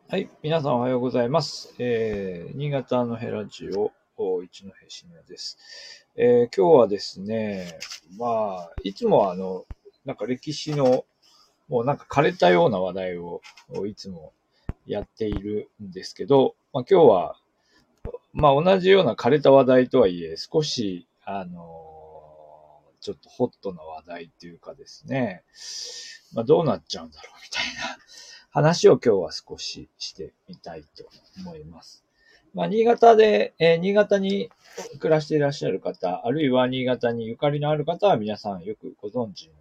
はい。皆さんおはようございます。新潟のヘラジオ、一戸信也です。今日はですね、いつもなんか歴史の、もうなんか枯れたような話題をいつもやっているんですけど、今日は、同じような枯れた話題とはいえ、少し、ちょっとホットな話題っていうかですね、どうなっちゃうんだろうみたいな話を今日は少ししてみたいと思います。新潟で、新潟に暮らしていらっしゃる方、あるいは新潟にゆかりのある方は皆さんよくご存知の、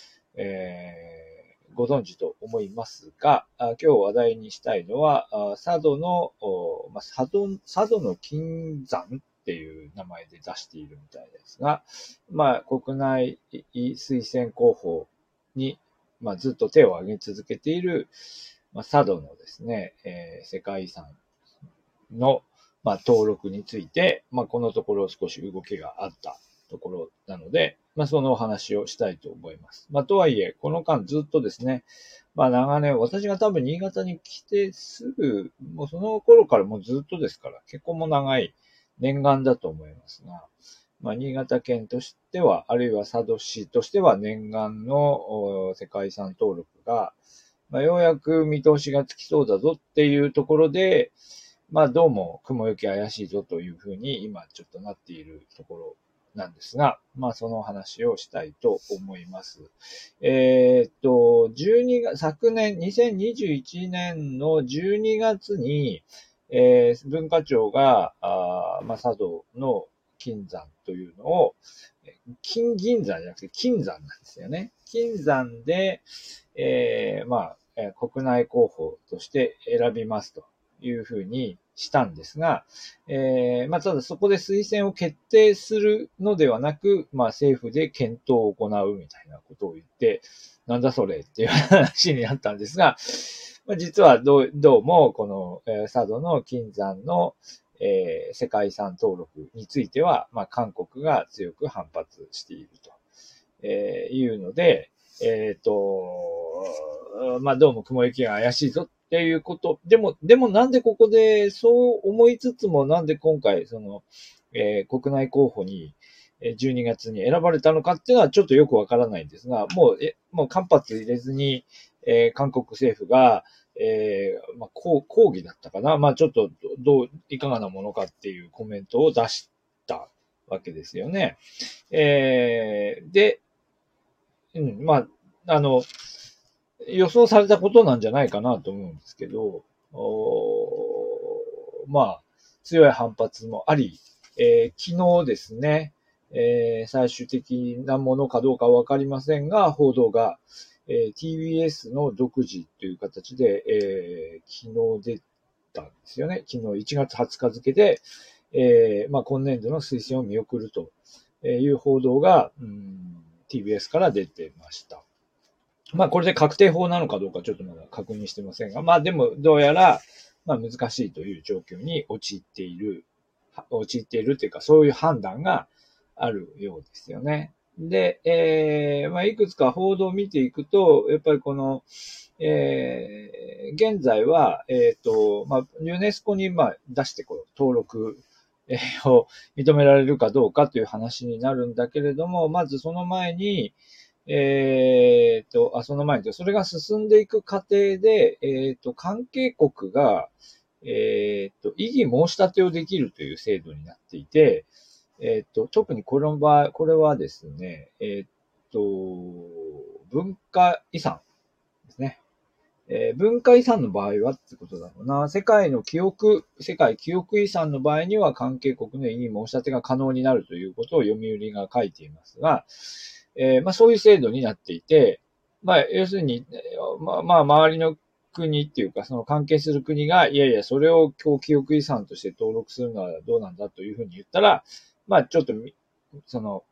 ご存知と思いますが、今日話題にしたいのは、佐渡の、佐渡の金山っていう名前で出しているみたいですが、国内推薦候補に、ずっと手を挙げ続けている、佐渡のですね、世界遺産の、登録について、このところ少し動きがあったところなので、そのお話をしたいと思います。とはいえ、この間ずっとですね、長年、私が多分新潟に来てすぐ、もうその頃からもうずっとですから、結構も長い念願だと思いますが、新潟県としては、あるいは佐渡市としては念願の世界遺産登録が、ようやく見通しがつきそうだぞっていうところで、どうも雲行き怪しいぞというふうに今ちょっとなっているところなんですが、その話をしたいと思います。12月、昨年2021年の12月に、文化庁が、佐渡の金山というのを、金銀山じゃなくて金山なんですよね。金山で、国内候補として選びますというふうにしたんですが、ただそこで推薦を決定するのではなく、政府で検討を行うみたいなことを言って、なんだそれっていう話になったんですが、実はどうも、この、佐渡の金山の、世界遺産登録については、韓国が強く反発していると、いうので、どうも雲行きが怪しいぞっていうこと。でもなんでここでそう思いつつもなんで今回国内候補に12月に選ばれたのかっていうのはちょっとよくわからないんですが、もう間髪入れずに、韓国政府が、抗議だったかな。ちょっといかがなものかっていうコメントを出したわけですよね。で、うん、予想されたことなんじゃないかなと思うんですけど、強い反発もあり、昨日ですね、最終的なものかどうかわかりませんが、報道が、TBS の独自という形で、昨日出たんですよね。昨日1月20日付で、今年度の推薦を見送るという報道が、TBS から出てました。これで確定法なのかどうかちょっとまだ確認してませんが、でもどうやら、難しいという状況に陥っているというか、そういう判断があるようですよね。で、いくつか報道を見ていくと、やっぱりこの、現在は、ユネスコに、出してこう、登録、を認められるかどうかという話になるんだけれども、まずその前に、その前に、それが進んでいく過程で、関係国が、異議申し立てをできるという制度になっていて、特にこの場合、これはですね、文化遺産ですね。文化遺産の場合はってことだろうな。世界記憶遺産の場合には関係国の異議申し立てが可能になるということを読売が書いていますが、そういう制度になっていて、要するに、周りの国っていうか、その関係する国が、いやいや、それを記憶遺産として登録するのはどうなんだというふうに言ったら、ちょっと、その、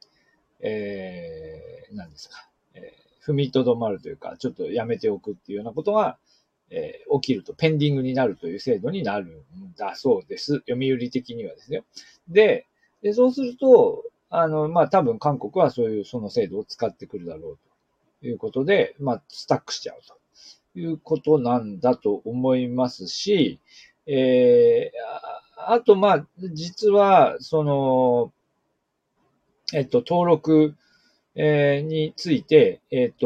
何ですか、踏みとどまるというか、ちょっとやめておくっていうようなことが、起きると、ペンディングになるという制度になるんだそうです。読売的にはですね。で、そうすると、多分韓国はその制度を使ってくるだろうということで、スタックしちゃうと。 いうことなんだと思いますし、あと、まあ、実は、登録、について、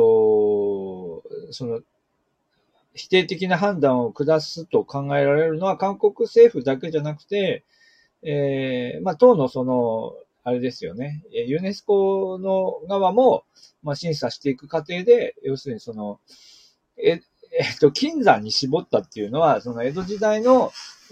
その、否定的な判断を下すと考えられるのは、韓国政府だけじゃなくて、まあ、当のあれですよね、ユネスコの側も、まあ、審査していく過程で、要するにえ、金山に絞ったっていうのは、その江戸時代の、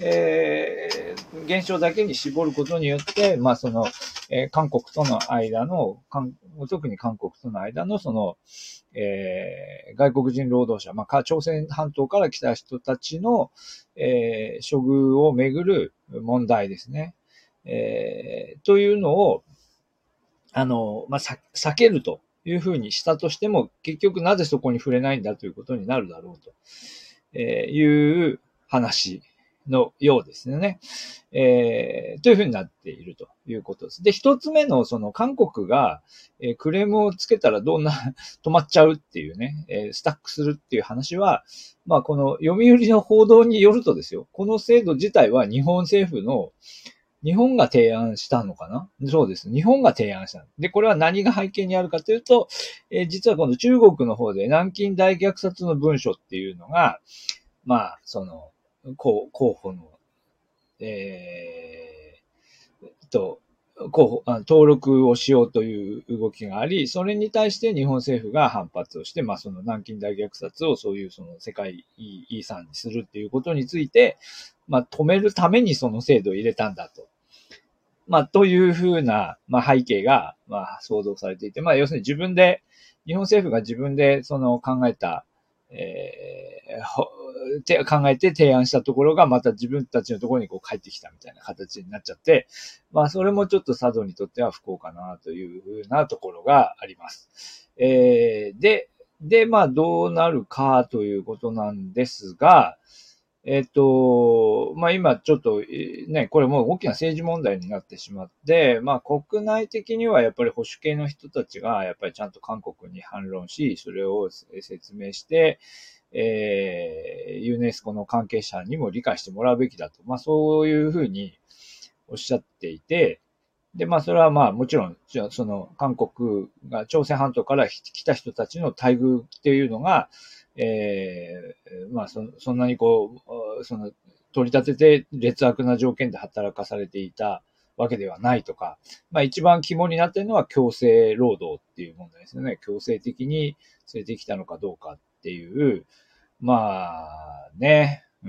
現象だけに絞ることによって、まあ、韓国との間の、特に韓国との間の、外国人労働者、まあ、朝鮮半島から来た人たちの、処遇をめぐる問題ですね。というのを、まあ、避けるというふうにしたとしても、結局なぜそこに触れないんだということになるだろうという話のようですね。というふうになっているということです。で、一つ目の韓国が、クレームをつけたら止まっちゃうっていうね、スタックするっていう話は、まあこの読売の報道によるとですよ、この制度自体は日本が提案したのかな。そうです。日本が提案した。で、これは何が背景にあるかというと、実はこの中国の方で南京大虐殺の文書っていうのが、まあ、候補の、え登録をしようという動きがあり、それに対して日本政府が反発をして、まあ、その南京大虐殺をそういう世界遺産にするっていうことについて、まあ、止めるためにその制度を入れたんだと。まあ、というふうな、まあ、背景が、まあ、想像されていて、まあ、要するに日本政府が自分で考えた、考えて提案したところがまた自分たちのところにこう帰ってきたみたいな形になっちゃって、まあそれもちょっと佐渡にとっては不幸かなというふうなところがあります。で、まあどうなるかということなんですが、まあ今ちょっとね、これもう大きな政治問題になってしまって、まあ国内的にはやっぱり保守系の人たちがやっぱりちゃんと韓国に反論し、それを説明して、ユネスコの関係者にも理解してもらうべきだと。まあそういうふうにおっしゃっていて、で、まあそれはまあもちろん、韓国が朝鮮半島から来た人たちの待遇っていうのが、まあそんなに取り立てて劣悪な条件で働かされていたわけではないとか、まあ一番肝になっているのは強制労働っていう問題ですよね。強制的に連れてきたのかどうかっていう、まあね、うん。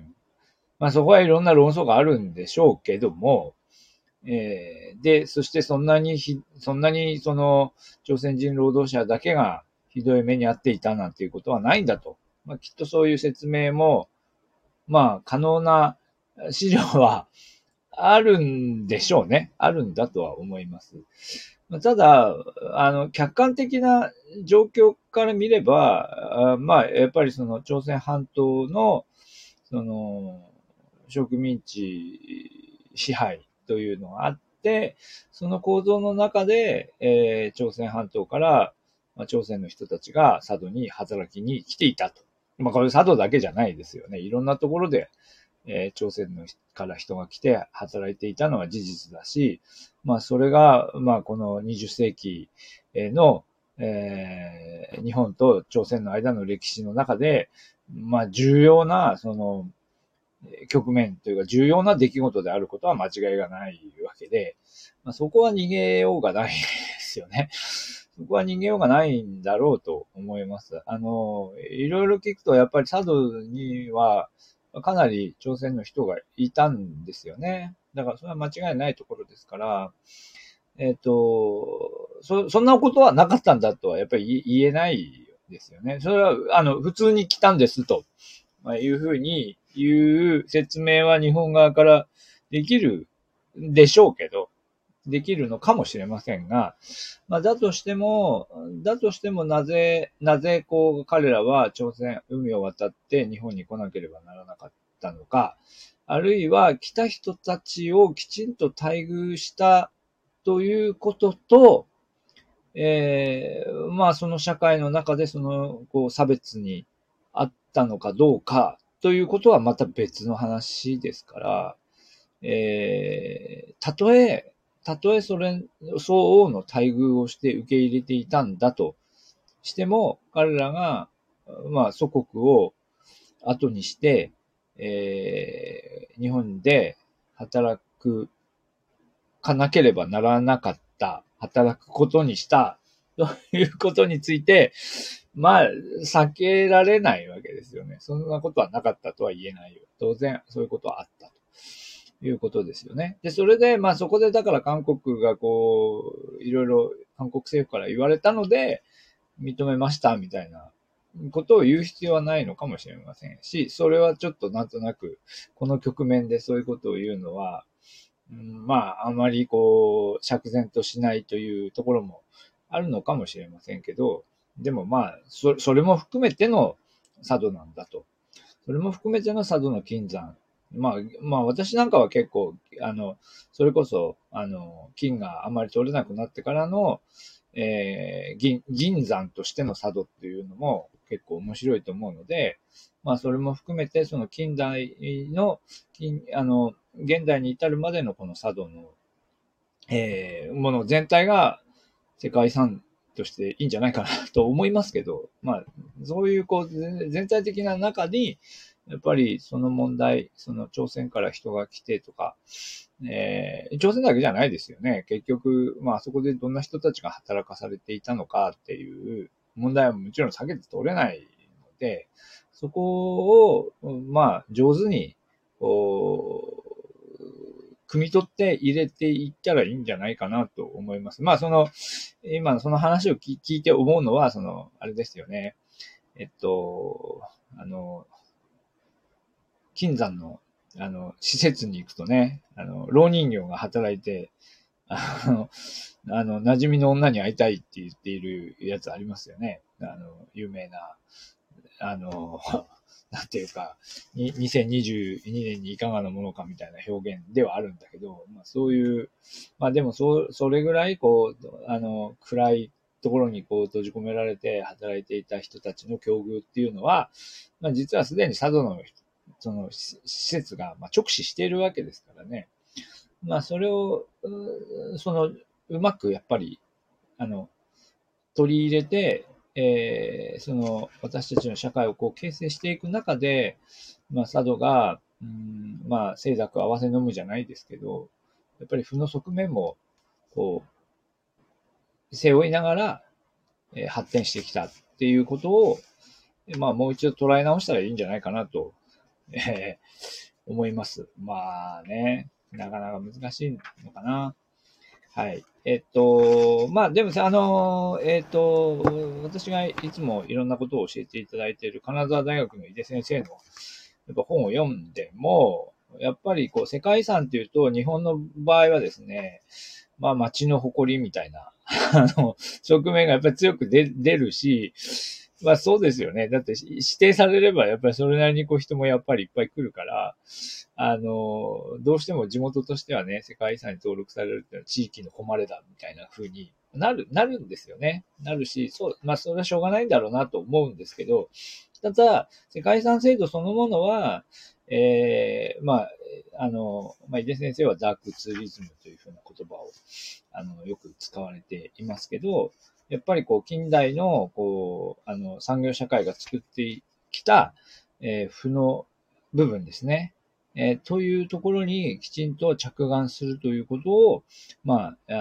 まあそこはいろんな論争があるんでしょうけども、で、そしてそんなに朝鮮人労働者だけがひどい目に遭っていたなんていうことはないんだと。まあきっとそういう説明も、まあ可能な資料はあるんでしょうね。あるんだとは思います。ただ、客観的な状況から見れば、まあ、やっぱり朝鮮半島の、その、植民地支配というのがあって、その構造の中で、朝鮮半島から、まあ、朝鮮の人たちが佐渡に働きに来ていたと。まあ、これ佐渡だけじゃないですよね。いろんなところで、朝鮮のから人が来て働いていたのは事実だし、まあそれが、まあこの20世紀の、日本と朝鮮の間の歴史の中で、まあ重要な、局面というか重要な出来事であることは間違いがないわけで、まあ、そこは逃げようがないですよね。そこは逃げようがないんだろうと思います。いろいろ聞くとやっぱり佐渡にはかなり朝鮮の人がいたんですよね。だからそれは間違いないところですから、そんなことはなかったんだとはやっぱり言えないですよね。それは、普通に来たんですと。まあ、いうふうに言う説明は日本側からできるでしょうけど、できるのかもしれませんが、まあ、だとしてもなぜ彼らは朝鮮、海を渡って日本に来なければならなかったのか、あるいは来た人たちをきちんと待遇したということと、まあその社会の中で差別にあっったのかどうかということはまた別の話ですから、たとえ相応の待遇をして受け入れていたんだとしても、彼らが、まあ、祖国を後にして、日本で働かなければならなかった、働くことにした、ということについて、まあ、避けられないわけですよね。そんなことはなかったとは言えないよ。当然、そういうことはあったということですよね。で、それで、まあそこでだから韓国がこう、いろいろ韓国政府から言われたので、認めましたみたいなことを言う必要はないのかもしれませんし、それはちょっとなんとなく、この局面でそういうことを言うのは、まあ、あまりこう、釈然としないというところもあるのかもしれませんけど、でもまあ、それも含めての佐渡なんだと。それも含めての佐渡の金山。まあ私なんかは結構、それこそ、金があまり取れなくなってからの、銀山としての佐渡っていうのも結構面白いと思うので、まあそれも含めてその近代の、現代に至るまでのこの佐渡の、もの全体が世界遺産としていいんじゃないかなと思いますけど、まあ、そういうこう、全体的な中に、やっぱりその問題、その朝鮮から人が来てとか、朝鮮だけじゃないですよね。結局、まあそこでどんな人たちが働かされていたのかっていう問題はもちろん避けて通れないので、そこを、まあ上手に、こう、汲み取って入れていったらいいんじゃないかなと思います。まあ今その話を聞いて思うのは、あれですよね。えっと、あの、金山の、施設に行くとね、老人形が働いて、あ馴染みの女に会いたいって言っているやつありますよね。有名な、あの、なんていうか、2022年にいかがなものかみたいな表現ではあるんだけど、まあそういう、まあでもそれぐらい、こう、暗いところにこう閉じ込められて働いていた人たちの境遇っていうのは、まあ実はすでに佐渡の、その施設が直視しているわけですからね。まあそれを、うまくやっぱり、あの、取り入れて、私たちの社会をこう形成していく中で、まあ、佐渡が、まあ、清濁合わせ飲むじゃないですけど、やっぱり負の側面も、こう、背負いながら、発展してきたっていうことを、まあ、もう一度捉え直したらいいんじゃないかなと、思います。まあね、なかなか難しいのかな。はい。まあ、でもさ、私がいつもいろんなことを教えていただいている金沢大学の井出先生のやっぱ本を読んでも、やっぱりこう、世界遺産っていうと、日本の場合はですね、まあ、街の誇りみたいな、側面がやっぱり強く出るし、まあそうですよね。だって指定されれば、やっぱりそれなりにこう人もやっぱりいっぱい来るから、どうしても地元としてはね、世界遺産に登録されるっていうのは地域の誉れだみたいな風になるんですよね。なるし、そう、まあそれはしょうがないんだろうなと思うんですけど、ただ、世界遺産制度そのものは、まあ、井出先生はダークツーリズムというふうな言葉を、よく使われていますけど、やっぱりこう、近代の、こう、産業社会が作ってきた、負の部分ですね。というところにきちんと着眼するということを、まあ、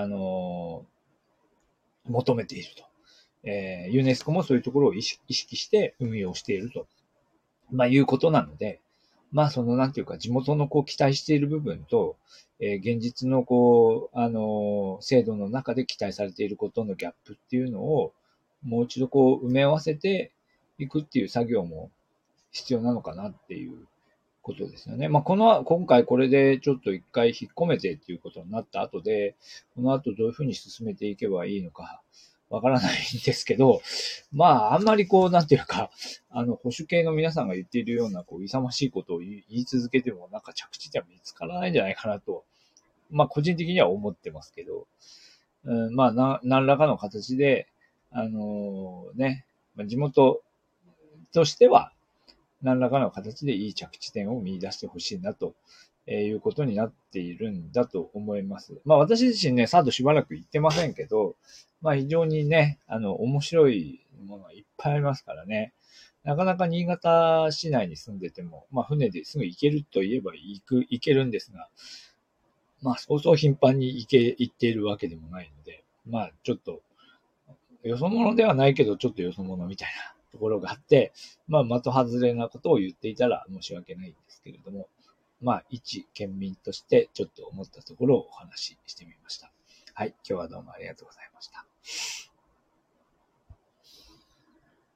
求めていると。ユネスコもそういうところを意識して運用していると、まあ、いうことなので、まあ、なんていうか、地元のこう、期待している部分と、現実のこう、制度の中で期待されていることのギャップっていうのを、もう一度こう、埋め合わせていくっていう作業も必要なのかなっていうことですよね。まあ、今回これでちょっと一回引っ込めてっていうことになった後で、この後どういうふうに進めていけばいいのか、わからないんですけど、まあ、あんまりこう、なんていうか、保守系の皆さんが言っているような、こう、勇ましいことを言い続けても、なんか着地点は見つからないんじゃないかなと、まあ、個人的には思ってますけど、まあ、何らかの形で、ね、地元としては、 何らかの形でいい着地点を見出してほしいなということになっているんだと思います。まあ私自身ね、佐渡しばらく行ってませんけど、まあ非常にね、面白いものがいっぱいありますからね。なかなか新潟市内に住んでても、まあ船ですぐ行けるといえば行けるんですが、まあそうそう頻繁に行っているわけでもないので、まあちょっと、よそ者ではないけど、ちょっとよそ者みたいなところがあって、まあ的外れなことを言っていたら申し訳ないんですけれども、まあ一県民としてちょっと思ったところをお話ししてみました。はい、今日はどうもありがとうございました。